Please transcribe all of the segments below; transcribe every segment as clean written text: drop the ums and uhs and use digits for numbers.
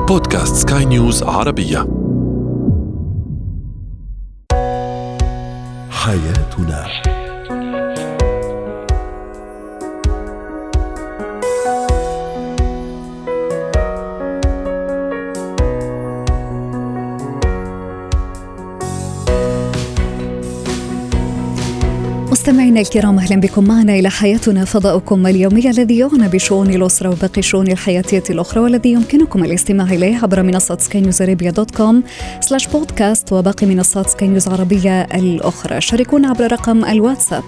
بودكاست سكاي نيوز عربية. حياتنا. مستمعينا الكرام، أهلا بكم معنا إلى حياتنا، فضاؤكم اليومي الذي يعنى بشؤون الأسرة وباقي الشؤون الحياتية الأخرى، والذي يمكنكم الاستماع إليه عبر منصة skynewsarabia.com/podcast وباقي منصات سكاي نيوز عربية الأخرى. شاركونا عبر رقم الواتساب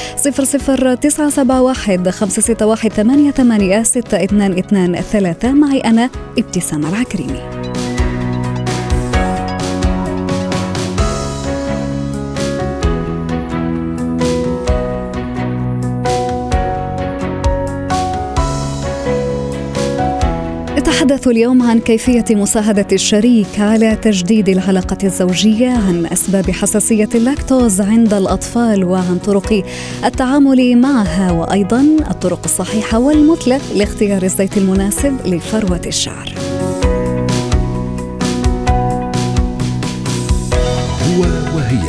00971 561 88 622 معي أنا ابتسام العكريمي. نتحدث اليوم عن كيفية مساعدة الشريك على تجديد العلاقة الزوجية، عن أسباب حساسية اللاكتوز عند الأطفال، وعن طرق التعامل معها، وأيضا الطرق الصحيحة والمثلى لاختيار الزيت المناسب لفروة الشعر. هو وهي.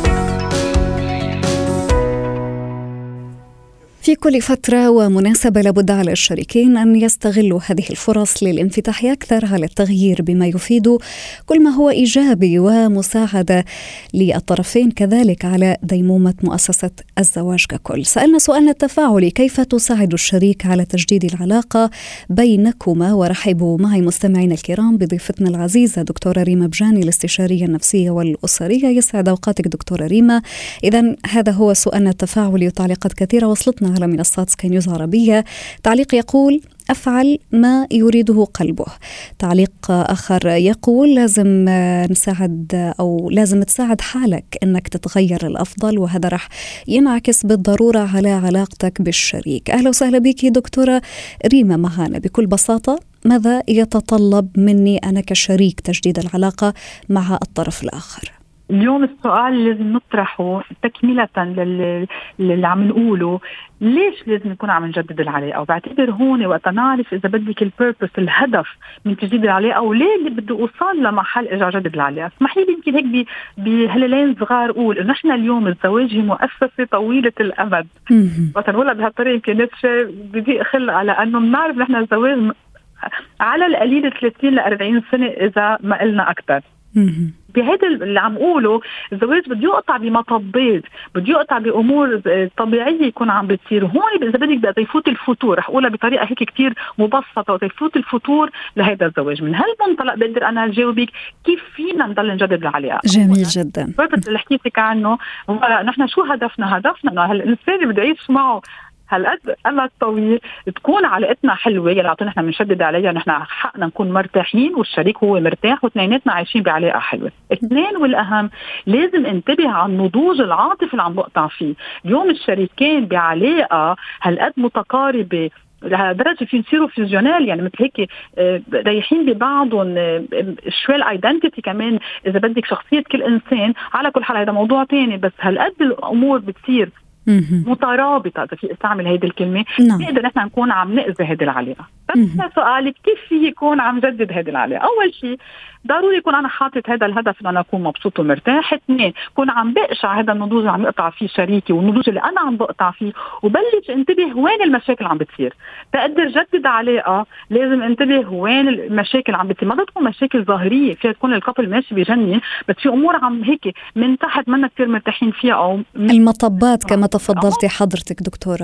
في كل فترة ومناسبة لابد على الشريكين أن يستغلوا هذه الفرص للانفتاح أكثر على التغيير بما يفيد كل ما هو إيجابي ومساعدة للطرفين كذلك على ديمومة مؤسسة الزواج ككل. سألنا سؤالنا التفاعلي: كيف تساعد الشريك على تجديد العلاقة بينكما؟ ورحبوا معي مستمعين الكرام بضيفتنا العزيزة دكتورة ريما بجاني، الاستشارية النفسية والأسرية. يسعد أوقاتك دكتورة ريما. إذن هذا هو سؤالنا التفاعلي، وتعليقات كثيرة وصلتنا على منصات سكاي نيوز عربية. تعليق يقول: أفعل ما يريده قلبه. تعليق آخر يقول: لازم نساعد أو لازم تساعد حالك أنك تتغير الأفضل، وهذا راح ينعكس بالضرورة على علاقتك بالشريك. أهلا وسهلا بك دكتورة ريما معنا. بكل بساطة، ماذا يتطلب مني أنا كشريك تجديد العلاقة مع الطرف الآخر؟ اليوم السؤال اللي لازم نطرحه تكملة اللي عم نقوله: ليش لازم نكون عم نجدد العلاقة؟ وبعتبر هون وقت نعرف إذا بدك البيربس، الهدف من تجديد العلاقة، وليه اللي بده أوصل لمحل إجا جدد العلاقة. اسمح لي يمكن هيك بهلالين صغار أقول إنه إحنا اليوم الزواج هي مؤسسة طويلة الأمد. وقت نقولها بهالطريقة يمكن نتشي بدي أخلق على أنه بنعرف نحن الزواج على القليل 30 ل 40 سنة إذا ما قلنا أكتر. بهذا اللي عم قوله الزواج بده يقطع بمطبات، بده يقطع بأمور طبيعية يكون عم بتصير هون. إذا بدك بقى يفوت الفتور، رح أقولها بطريقة هيك كتير مبسطة، ويفوت الفتور لهذا الزواج. من هالمنطلق بقدر أنا أجاوبك كيف فينا نضل نجدد العلاقة. جميل جدا. بس اللي حكيتك عنه نحن شو هدفنا إنه هالإنسان اللي بده يعيش معه هالقد أمد طويل تكون علاقتنا حلوة، يعني نحن بنشدد عليها، نحن حقنا نكون مرتاحين والشريك هو مرتاح واثنيناتنا عايشين بعلاقة حلوة. اثنين والأهم، لازم انتبه على النضوج العاطفي اللي عم بقطع فيه. اليوم الشريكين بعلاقة هالقد متقاربة لدرجة في يصيروا فيزيونال، يعني مثل هيك رايحين ببعضهم شوي الايدنتيتي كمان إذا بدك شخصية كل إنسان. على كل حال هذا موضوع تاني، بس هالقد الأمور بتصير مترابطة، إذا في استعمل هيدي الكلمة، نقدر نحن نكون عم نأذي هيدي العلاقة. بس سؤالك كيف فيه يكون عم جدد هيدي العلاقة؟ أول شيء ضروري يكون أنا حاطط هذا الهدف إن أنا أكون مبسوط ومرتاح. اثنين، كون عم بقشع هذا النضوج اللي عم يقطع فيه شريكي والنضوج اللي أنا عم بقطع فيه، وبلش انتبه وين المشاكل عم بتصير. بقدر جدد علاقة لازم انتبه وين المشاكل عم بتصير. ما تكون مشاكل ظاهرية، فيها تكون الكابل ماشي بجنن، بس في أمور عم هيك من تحت منا كتير مرتاحين فيها، أو المطبات كما تفضلتي حضرتك دكتورة.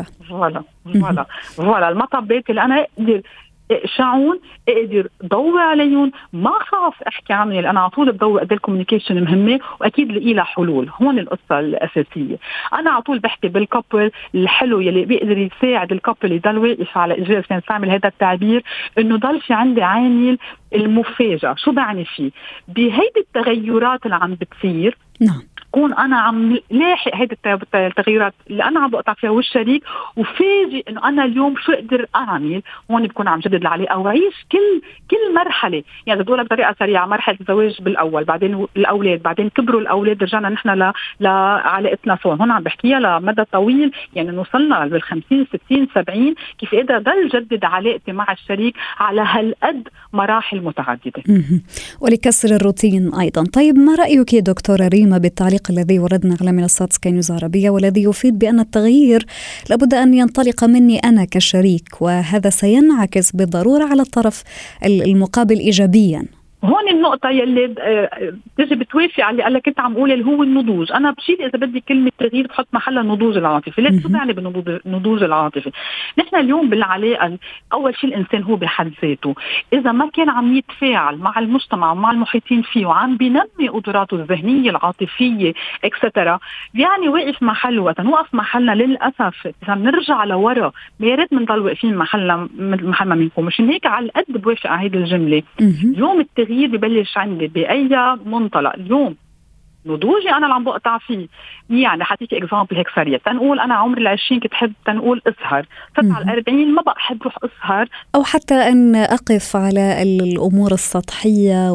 فوالا المطبات اللي أنا أقدر اقشعون، اقدر ضوي عليهم، ما خاف احكي عنهم. اللي انا على طول بضوي قد الكوميونيكيشن مهمه، واكيد لقي لها حلول. هون القصه الاساسيه. انا على طول بحكي بالكابل الحلو يلي بيقدر يساعد الكابل يضل واقف على اجراء، نستعمل هذا التعبير، انه ضل في عندي عامل المفاجاه. شو بعني فيه؟ بهيدي التغيرات اللي عم بتصير، كون انا عم لاحق هيدي التغيرات اللي انا عم بقطع فيها والشريك، وفاجئ انه انا اليوم شو اقدر اعمل. هون بكون عم جدد العلاقه وعيش كل مرحله، يعني بدي اقولها بطريقه سريعه: مرحله الزواج بالاول، بعدين الاولاد، بعدين كبروا الاولاد، رجعنا نحن لعلاقتنا سوا. هون عم بحكيها لمدى طويل، يعني نوصلنا بال50 60 70، كيف اقدر ضل جدد علاقتي مع الشريك على هالقد مراحل متعدده ولكسر الروتين ايضا. طيب، ما رايك يا دكتوره ريما بالتعليق الذي وردنا على منصات سكاي نيوز عربيه، والذي يفيد بان التغيير لابد ان ينطلق مني انا كشريك، وهذا سينعكس بالضروره على الطرف المقابل ايجابيا؟ هون النقطة يلي تجي بتوافق على اللي قال لك كنت عم قول، اللي هو النضوج. أنا بشيل إذا بدي كلمة تغيير بحط محلها النضوج العاطفي. ليش شو يعني بالنضوج العاطفي؟ نحن اليوم بالعلاقة أول شيء الإنسان هو بحد ذاته إذا ما كان عم يتفاعل مع المجتمع ومع المحيطين فيه وعم بينمي قدراته الذهنية العاطفية اكسترا، يعني واقف محله. وتنوقف محلنا للأسف إذا بنرجع لورا يا ريت بنضل واقفين محل ما منكم. مشان هيك على القد بوافق على هيدي الجملة. اليوم التغيير ببلش عندي بأي منطلق. اليوم نضوجي أنا اللي عم بقطع فيه. يعني حتيك إكزامبل هيك سريع، تنقول أنا عمري 20 كنت حب تنقول أسهر، صرت على 40 ما بقى حب روح أسهر، أو حتى أن أقف على الأمور السطحية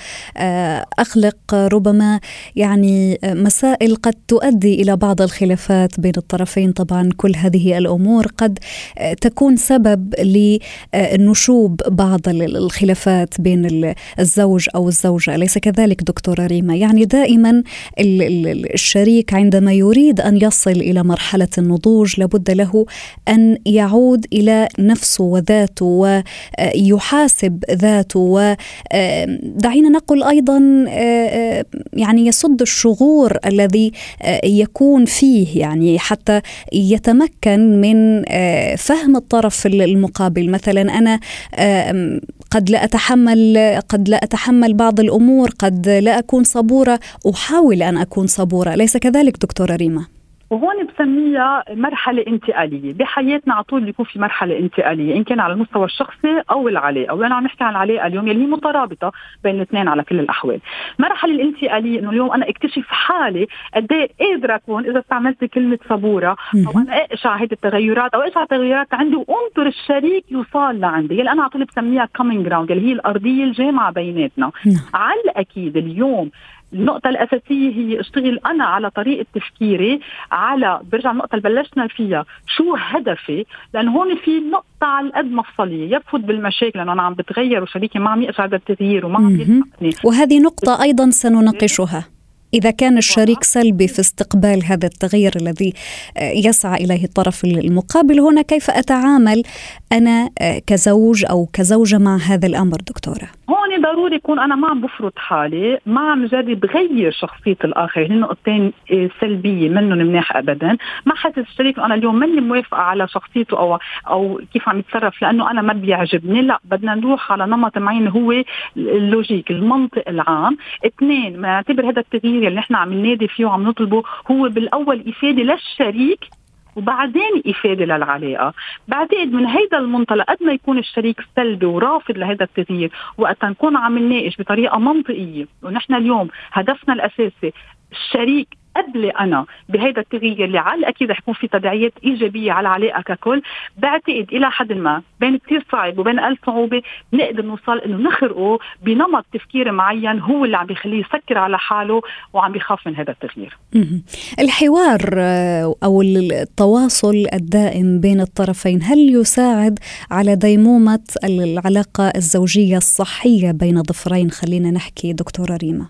وأخلق ربما يعني مسائل قد تؤدي إلى بعض الخلافات بين الطرفين. طبعا كل هذه الأمور قد تكون سبب لنشوب بعض الخلافات بين الزوج أو الزوجة، أليس كذلك دكتورة ريما؟ يعني دائما الشريك عندما يريد أن يصل إلى مرحلة النضوج لابد له أن يعود إلى نفسه وذاته ويحاسب ذاته، ودعينا نقول أيضا يعني يسد الشغور الذي يكون فيه، يعني حتى يتمكن من فهم الطرف المقابل. مثلا أنا قد لا أتحمل بعض الأمور، قد لا أكون صبورة، أحاول أن أكون صبورة، ليس كذلك دكتورة ريما؟ وهون بسميها مرحلة انتقالية بحياتنا. على طول بيكون في مرحلة انتقالية إن كان على المستوى الشخصي أو العلاقة، وأنا عم نحكي عن العلاقة اليوم يلي مترابطة بين الاثنين على كل الأحوال. مرحلة الانتقالية إنه اليوم أنا اكتشف حالي قد إيه قادرة أكون إذا استعملت كلمة صبورة، أو أنا أقشع هيدي التغيرات أو أقشع التغيرات عندي وأنطر الشريك يوصل لعندي، يلي أنا على طول بسميها coming ground، اللي هي الأرضية الجامعة بيناتنا. على الأكيد اليوم النقطة الأساسية هي اشتغل أنا على طريقة تفكيري، على برجع النقطة اللي بلشنا فيها شو هدفي، لأن هون في نقطة على القد مفصلية يرفض بالمشاكل، لأنه أنا عم بتغير وشريكي ما عم يقشع التغيير وما عم يسمعني. وهذه نقطة أيضا سنناقشها. إذا كان الشريك سلبي في استقبال هذا التغيير الذي يسعى إليه الطرف المقابل، هنا كيف أتعامل أنا كزوج أو كزوجة مع هذا الأمر دكتورة؟ هون ضروري يكون أنا ما عم بفرض حالي، ما عم جرب غير شخصية الآخر. هن نقطتين سلبية منهم مناح أبدا. ما حاسس الشريك أنا اليوم ماني موافقة على شخصيته أو كيف عم يتصرف لأنه أنا ما بيعجبني. لا، بدنا نروح على نمط معين هو اللوجيك، المنطق العام. 2، ما نعتبر هذا التغيير اللي نحن عم ننادي فيه وعم نطلبه هو بالأول إفادة للشريك وبعدين إفادة للعلاقة. بعتقد من هيدا المنطلق قد ما يكون الشريك سلبي ورافض لهذا التغيير، وقت نكون عم نناقش بطريقة منطقية، ونحن اليوم هدفنا الأساسي الشريك قبل أنا بهذا التغيير اللي على الأكيد رح يكون في تداعيات إيجابية على العلاقة ككل. بعتقد إلى حد ما بين كتير صعب وبين ألف صعوبة نقدر نوصل إنه نخرقه بنمط تفكير معين هو اللي عم بيخليه يسكر على حاله وعم بيخاف من هذا التغيير. الحوار أو التواصل الدائم بين الطرفين هل يساعد على ديمومة العلاقة الزوجية الصحية بين ضفرين؟ خلينا نحكي دكتورة ريما.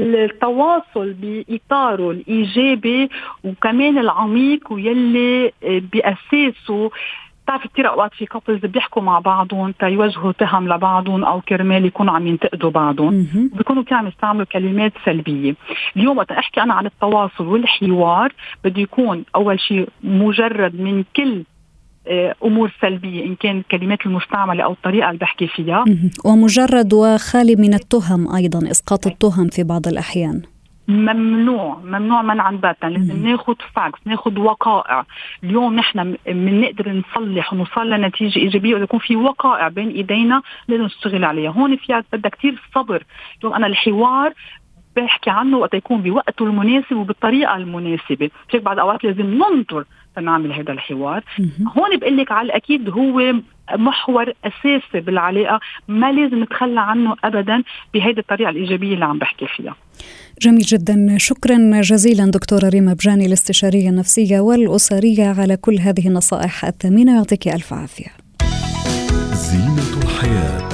التواصل بإطاره الإيجابي وكمان العميق ويلي بأساسه تعرف كتير أوقات في كابلز بيحكوا مع بعضهم تيوجهوا تهم لبعضهم أو كرمال يكونوا عم ينتقدوا بعضهم بيكونوا كانوا عم يستعملوا كلمات سلبية. اليوم وقت أحكي أنا عن التواصل والحوار بده يكون أول شيء مجرد من كل أمور سلبية إن كان الكلمات المستعملة أو الطريقة اللي بحكي فيها، ومجرد وخالي من التهم. أيضا إسقاط التهم في بعض الأحيان ممنوع منعا باتا. لازم ناخد فاكس، ناخد وقائع. اليوم نحن من نقدر نصلح ونوصل لنتيجة إيجابية ويكون في وقائع بين إيدينا لازم نشتغل عليها. هون فيها بدها كتير صبر. اليوم أنا الحوار بحكي عنه وقت يكون بوقته المناسب وبالطريقة المناسبة. هيك بعض أوقات لازم ننطر تنعمل هذا الحوار. هون بقلك على الأكيد هو محور أساسي بالعلاقة، ما لازم نتخلى عنه أبدا بهيدي الطريقة الإيجابية اللي عم بحكي فيها. جميل جدا، شكرا جزيلا دكتورة ريما بجاني الاستشارية النفسية والأسرية على كل هذه النصائح الثمينة، يعطيك ألف عافية. زينة الحياة.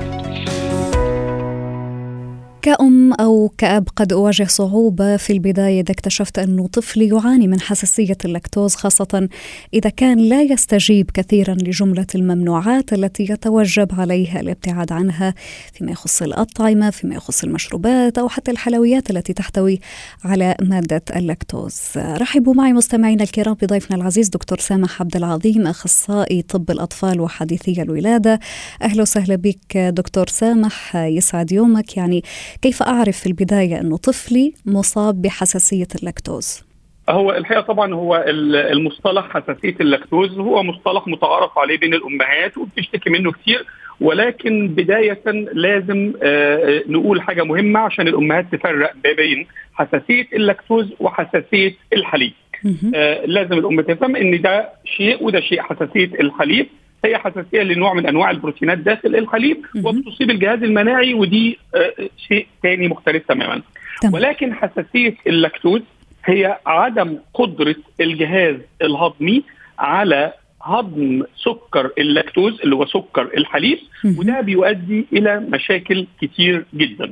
كأم أو كأب قد أواجه صعوبة في البداية إذا اكتشفت أنه طفلي يعاني من حساسية اللاكتوز، خاصة إذا كان لا يستجيب كثيرا لجملة الممنوعات التي يتوجب عليه الابتعاد عنها فيما يخص الأطعمة، فيما يخص المشروبات أو حتى الحلويات التي تحتوي على مادة اللاكتوز. رحبوا معي مستمعينا الكرام بضيفنا العزيز دكتور سامح عبد العظيم، أخصائي طب الأطفال وحديثي الولادة. أهلا وسهلا بك دكتور سامح، يسعد يومك. يعني كيف أعرف في البداية أنه طفلي مصاب بحساسية اللاكتوز؟ هو الحقيقة طبعا هو المصطلح حساسية اللاكتوز هو مصطلح متعارف عليه بين الأمهات وبتشتكي منه كتير، ولكن بداية لازم نقول حاجة مهمة عشان الأمهات تفرق بين حساسية اللاكتوز وحساسية الحليب. لازم الأم تفهم إن ده شيء وده شيء. حساسية الحليب هي حساسية لنوع من أنواع البروتينات داخل الحليب وبتصيب الجهاز المناعي، ودي شيء تاني مختلف تماما. ولكن حساسية اللاكتوز هي عدم قدرة الجهاز الهضمي على هضم سكر اللاكتوز اللي هو سكر الحليب، وده بيؤدي إلى مشاكل كتير جدا.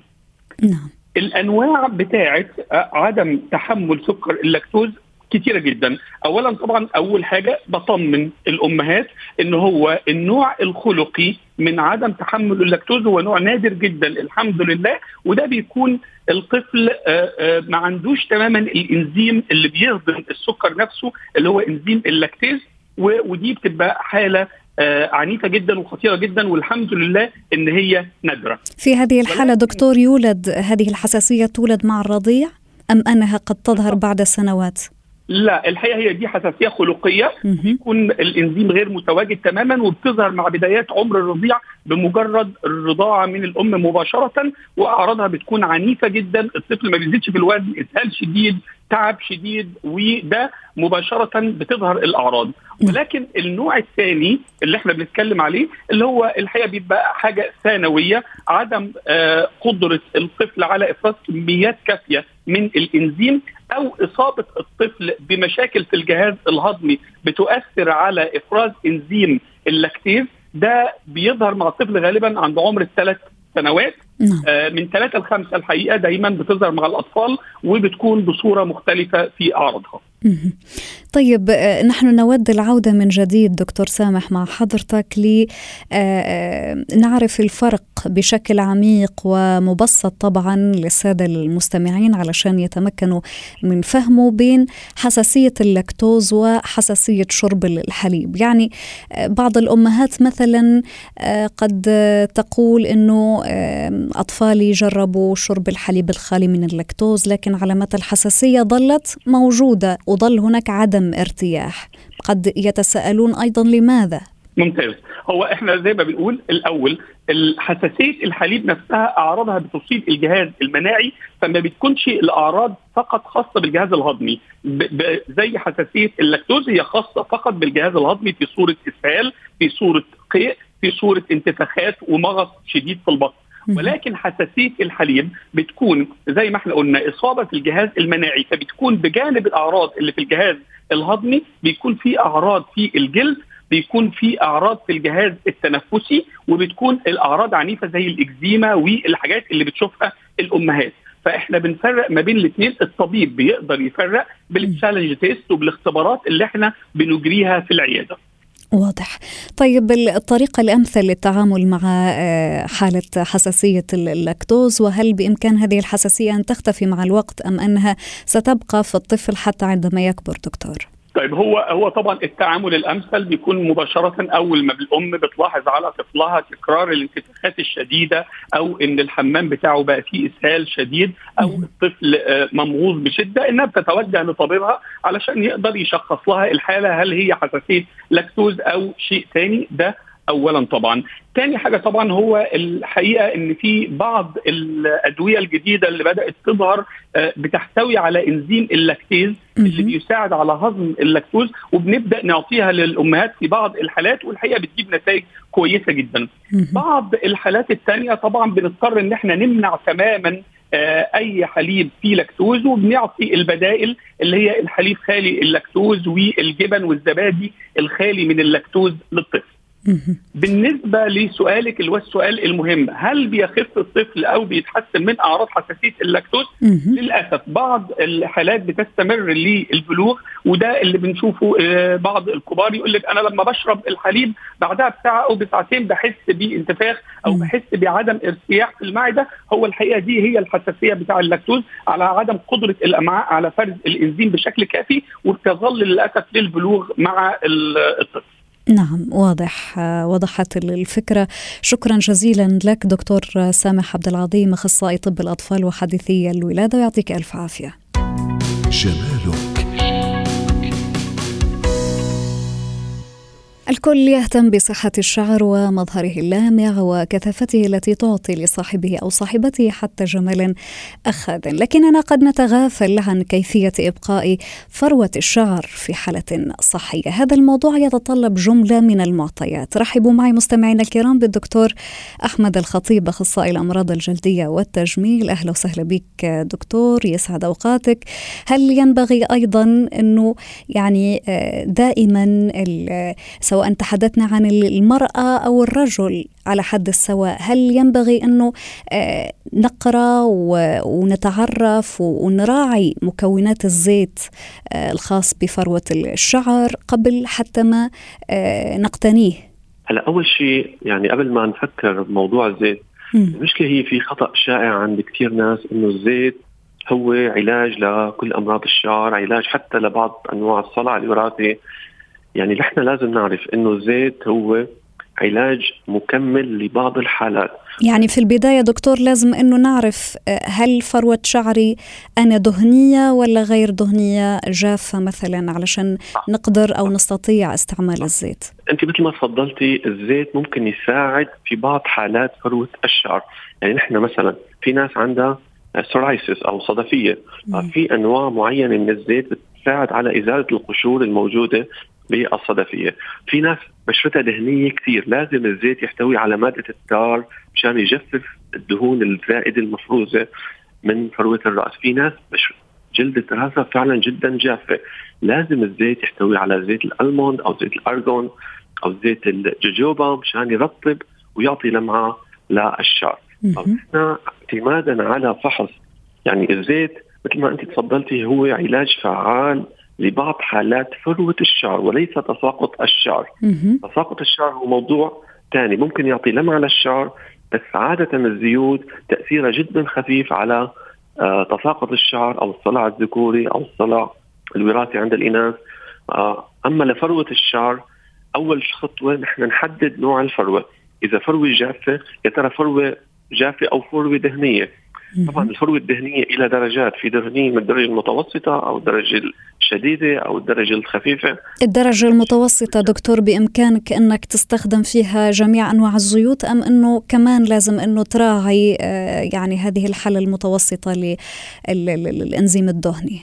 الأنواع بتاعة عدم تحمل سكر اللاكتوز كتيرة جدا. أولا طبعا أول حاجة بطمن الأمهات إن هو النوع الخلقي من عدم تحمل اللاكتوز هو نوع نادر جدا الحمد لله، وده بيكون الطفل ما عندوش تماما الإنزيم اللي بيهضم السكر نفسه اللي هو إنزيم اللاكتيز، ودي بتبقى حالة عنيفة جدا وخطيرة جدا، والحمد لله إن هي نادرة. في هذه الحالة دكتور يولد هذه الحساسية تولد مع الرضيع أم أنها قد تظهر بعد سنوات؟ لا، الحقيقة هي دي حساسية خلقية، بيكون الإنزيم غير متواجد تماما وبتظهر مع بدايات عمر الرضيع بمجرد الرضاعة من الأم مباشرة، وأعراضها بتكون عنيفة جدا. الطفل ما بيزيدش في الوزن، إسهال شديد، تعب شديد، وده مباشرة بتظهر الأعراض. ولكن النوع الثاني اللي احنا بنتكلم عليه اللي هو الحقيقة بيبقى حاجة ثانوية، عدم قدرة الطفل على إفراز كميات كافية من الإنزيم، أو إصابة الطفل بمشاكل في الجهاز الهضمي بتؤثر على إفراز إنزيم اللاكتيز. ده بيظهر مع الطفل غالبا عند عمر 3 سنوات. من 3 ل 5 الحقيقة دايما بتظهر مع الأطفال وبتكون بصورة مختلفة في أعراضها. طيب، نحن نود العودة من جديد دكتور سامح مع حضرتك لنعرف الفرق بشكل عميق ومبسط طبعا للسادة المستمعين علشان يتمكنوا من فهمه بين حساسية اللاكتوز وحساسية شرب الحليب. يعني بعض الأمهات مثلا قد تقول إنه أطفالي جربوا شرب الحليب الخالي من اللاكتوز لكن علامات الحساسية ظلت موجودة وظل هناك عدم ارتياح. قد يتساءلون أيضا لماذا؟ ممتاز. هو احنا زي ما بنقول الأول الحساسية الحليب نفسها أعراضها بتصيب الجهاز المناعي، فما بتكونش الأعراض فقط خاصة بالجهاز الهضمي. زي حساسية اللاكتوز هي خاصة فقط بالجهاز الهضمي في صورة إسهال، في صورة قيء، في صورة انتفاخات ومغص شديد في البطن. ولكن حساسية الحليب بتكون زي ما احنا قلنا إصابة في الجهاز المناعي، فبتكون بجانب الأعراض اللي في الجهاز الهضمي بيكون في أعراض في الجلد، بيكون في أعراض في الجهاز التنفسي، وبتكون الأعراض عنيفة زي الإكزيما والحاجات اللي بتشوفها الأمهات. فإحنا بنفرق ما بين الاثنين. الطبيب بيقدر يفرق بالتشالنج تيست وبالاختبارات اللي احنا بنجريها في العيادة. واضح. طيب، الطريقة الأمثل للتعامل مع حالة حساسية اللاكتوز، وهل بإمكان هذه الحساسية أن تختفي مع الوقت أم أنها ستبقى في الطفل حتى عندما يكبر دكتور؟ طيب، هو طبعا التعامل الامثل بيكون مباشره اول ما الام بتلاحظ على طفلها تكرار الانتفاخات الشديده، او ان الحمام بتاعه بقى فيه اسهال شديد، او الطفل ممغوص بشده، انها بتتوجه لطبيبها علشان يقدر يشخص لها الحاله هل هي حساسيه لاكتوز او شيء ثاني. ده اولا طبعا. ثاني حاجه طبعا هو الحقيقه ان في بعض الادويه الجديده اللي بدات تظهر بتحتوي على انزيم اللاكتيز اللي بيساعد على هضم اللاكتوز، وبنبدا نعطيها للامهات في بعض الحالات، والحقيقه بتجيب نتائج كويسه جدا. بعض الحالات الثانيه طبعا بنضطر ان احنا نمنع تماما اي حليب فيه لاكتوز، وبنعطي البدائل اللي هي الحليب خالي اللاكتوز والجبن والزبادي الخالي من اللاكتوز للطفل. بالنسبه لسؤالك اللي هو السؤال المهم، هل بيخف الطفل او بيتحسن من اعراض حساسيه اللاكتوز؟ للاسف بعض الحالات بتستمر للبلوغ، وده اللي بنشوفه. بعض الكبار يقول لك انا لما بشرب الحليب بعدها بساعه او بساعتين بحس بانتفاخ او بحس بعدم ارتياح في المعده. هو الحقيقه دي هي الحساسيه بتاع اللاكتوز على عدم قدره الامعاء على فرز الانزيم بشكل كافي، وتظل للاسف للبلوغ مع الطفل. نعم، وضحت الفكرة. شكرا جزيلا لك دكتور سامح عبد العظيم، أخصائي طب الأطفال وحديثي الولادة، ويعطيك ألف عافية. جمالك. الكل يهتم بصحة الشعر ومظهره اللامع وكثافته التي تعطي لصاحبه أو صاحبته حتى جمال أخذ، لكننا قد نتغافل عن كيفية إبقاء فروة الشعر في حالة صحية. هذا الموضوع يتطلب جملة من المعطيات. رحبوا معي مستمعينا الكرام بالدكتور أحمد الخطيب، أخصائي الأمراض الجلدية والتجميل. أهلا وسهلا بك دكتور، يسعد أوقاتك. هل ينبغي أيضا أنه يعني دائما سواء تحدثنا عن المرأة أو الرجل على حد السواء، هل ينبغي أنه نقرأ ونتعرف ونراعي مكونات الزيت الخاص بفروة الشعر قبل حتى ما نقتنيه؟ هلا أول شيء يعني قبل ما نفكر بموضوع الزيت، المشكلة هي في خطأ شائع عند كثير ناس إنه الزيت هو علاج لكل أمراض الشعر، علاج حتى لبعض أنواع الصلع الوراثي. يعني نحن لازم نعرف إنه الزيت هو علاج مكمل لبعض الحالات. يعني في البداية دكتور لازم إنه نعرف هل فروة شعري أنا دهنية ولا غير دهنية، جافة مثلا، علشان نقدر أو نستطيع استعمال الزيت. أنت مثل ما تفضلتي، الزيت ممكن يساعد في بعض حالات فروة الشعر. يعني نحن مثلا في ناس عندها سورايسيس أو صدفية، في أنواع معينة من الزيت بتساعد على إزالة القشور الموجودة بالصدفية. في ناس بشرتها دهنية كثير، لازم الزيت يحتوي على مادة التار مشان يجفف الدهون الزائدة المفروزة من فروة الرأس. في ناس جلدة رأسها فعلا جدا جافة، لازم الزيت يحتوي على زيت الألموند أو زيت الأرغون أو زيت الجوجوبا مشان يرطب ويعطي لمعة للشعر. احنا اعتمادا على فحص، يعني الزيت مثل ما أنت تفضلتي هو علاج فعال لبعض حالات فروة الشعر وليس تساقط الشعر. تساقط الشعر هو موضوع ثاني، ممكن يعطي لمعة للشعر، بس عادة الزيوت تأثيرها جدا خفيف على تساقط الشعر أو الصلع الذكوري أو الصلع الوراثي عند الإناث. أما لفروة الشعر، أول خطوة نحن نحدد نوع الفروة. إذا فروة جافة، يا ترى فروة جافة أو فروة دهنية. طبعا الفروة الدهنية إلى درجات، في دهنية من الدرجة المتوسطة أو الدرجة الشديدة أو الدرجة الخفيفة. الدرجة المتوسطة دكتور بإمكانك أنك تستخدم فيها جميع أنواع الزيوت، أم أنه كمان لازم أنه تراعي يعني هذه الحالة المتوسطة للإنزيم الدهني؟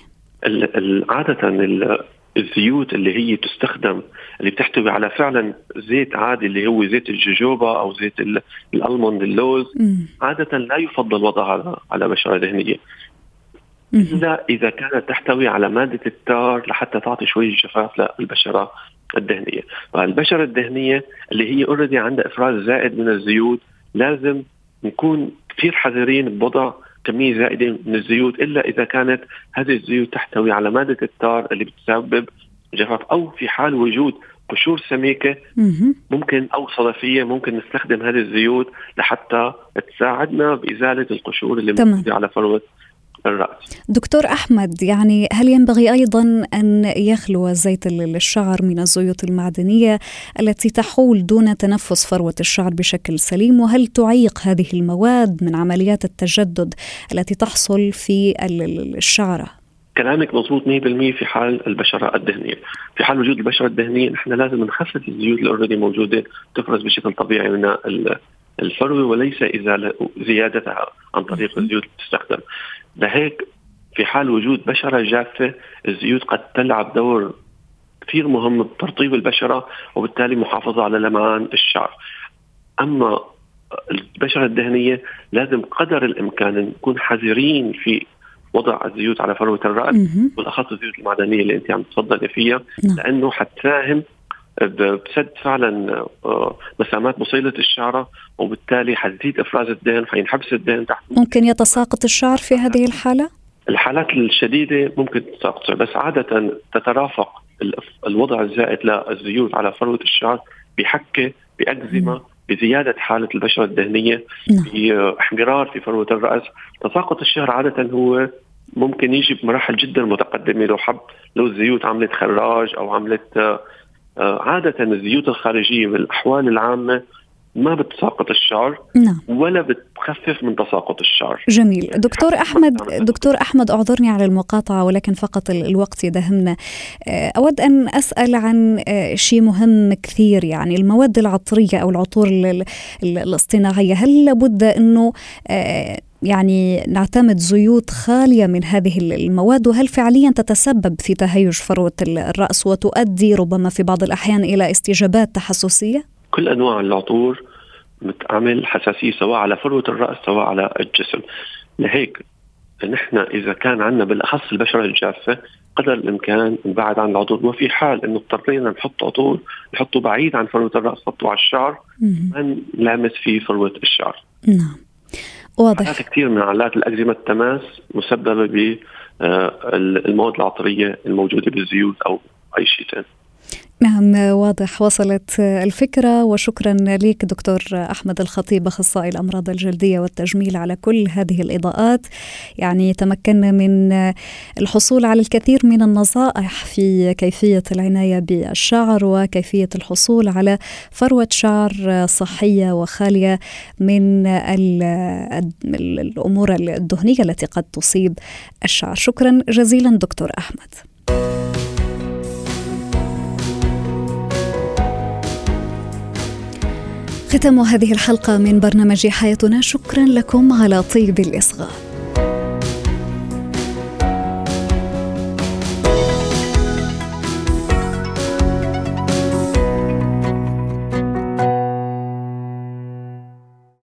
عادة الزيوت اللي هي تستخدم اللي بتحتوي على فعلا زيت عادي اللي هو زيت الجوجوبا أو زيت الألموند اللوز، عادة لا يفضل وضعها على بشرة دهنية إلا إذا كانت تحتوي على مادة التار لحتى تعطي شوية جفاف للبشرة الدهنية. والبشرة الدهنية اللي هي أوريدي عندها إفراز زائد من الزيوت، لازم نكون كثير حذرين بوضع كمية زائدة من الزيوت، إلا إذا كانت هذه الزيوت تحتوي على مادة التار اللي بتسبب جفاف، أو في حال وجود قشور سميكة ممكن أو صدفية ممكن نستخدم هذه الزيوت لحتى تساعدنا بإزالة القشور اللي موجودة على فروة الرأس. دكتور أحمد، يعني هل ينبغي أيضا أن يخلو زيت الشعر من الزيوت المعدنية التي تحول دون تنفس فروة الشعر بشكل سليم؟ وهل تعيق هذه المواد من عمليات التجدد التي تحصل في الشعرة؟ كلامك مضبوط 100% في حال البشرة الدهنية. في حال وجود البشرة الدهنية نحن لازم نخفف الزيوت اللي اوريدي موجودة تفرز بشكل طبيعي من الفروة، وليس زيادتها عن طريق الزيوت اللي تستخدم. لهيك في حال وجود بشرة جافة الزيوت قد تلعب دور كثير مهم بترطيب البشرة وبالتالي محافظة على لمعان الشعر. أما البشرة الدهنية لازم قدر الإمكان نكون حذرين في وضع الزيوت على فروة الرأس، بالأخص الزيوت المعدنية اللي أنت عم تفضلي فيها، لأنه حتساهم بسد فعلا مسامات بصيلة الشعرة، وبالتالي حتزيد إفراز الدهن، حينحبس الدهن تحت. ممكن يتساقط الشعر في هذه الحالة؟ الحالات الشديدة ممكن تساقط، بس عادة تترافق الوضع الزائد للزيوت على فروة الشعر بحكة، بأكزيما، بزيادة حالة البشرة الدهنية، باحمرار في فروة الرأس. تساقط الشعر عادة هو ممكن يجي بمراحل جدا متقدمة لو الزيوت عملت خراج أو عملت عادة الزيوت الخارجية بالأحوال العامة ما بتساقط الشعر ولا بتخفف من تساقط الشعر. جميل. دكتور أحمد أعذرني على المقاطعة، ولكن فقط الوقت يدهمنا. أود أن أسأل عن شيء مهم كثير، يعني المواد العطرية أو العطور الاصطناعية. هل لابد أنه يعني نعتمد زيوت خالية من هذه المواد، وهل فعليا تتسبب في تهيج فروة الرأس وتؤدي ربما في بعض الأحيان إلى استجابات تحسسية؟ كل أنواع العطور بتعمل حساسية سواء على فروة الرأس سواء على الجسم. لهيك نحن إذا كان عندنا بالأخص البشرة الجافة قدر الإمكان نبعد عن العطور، وفي حال إنه اضطرينا نحط عطور نحطه بعيد عن فروة الرأس، نحطه على الشعر، ما نلامس فيه فروة الشعر. نعم، واضح. كثير من علات الأكزيما التماس مسببة بالمواد العطرية الموجودة بالزيوت أو أي شيء ثاني. نعم، واضح، وصلت الفكرة. وشكرا لك دكتور أحمد الخطيب، أخصائي الأمراض الجلدية والتجميل، على كل هذه الإضاءات. يعني تمكنا من الحصول على الكثير من النصائح في كيفية العناية بالشعر وكيفية الحصول على فروة شعر صحية وخالية من الأمور الدهنية التي قد تصيب الشعر. شكرا جزيلا دكتور أحمد. ختام هذه الحلقة من برنامج حياتنا. شكرا لكم على طيب الإصغاء.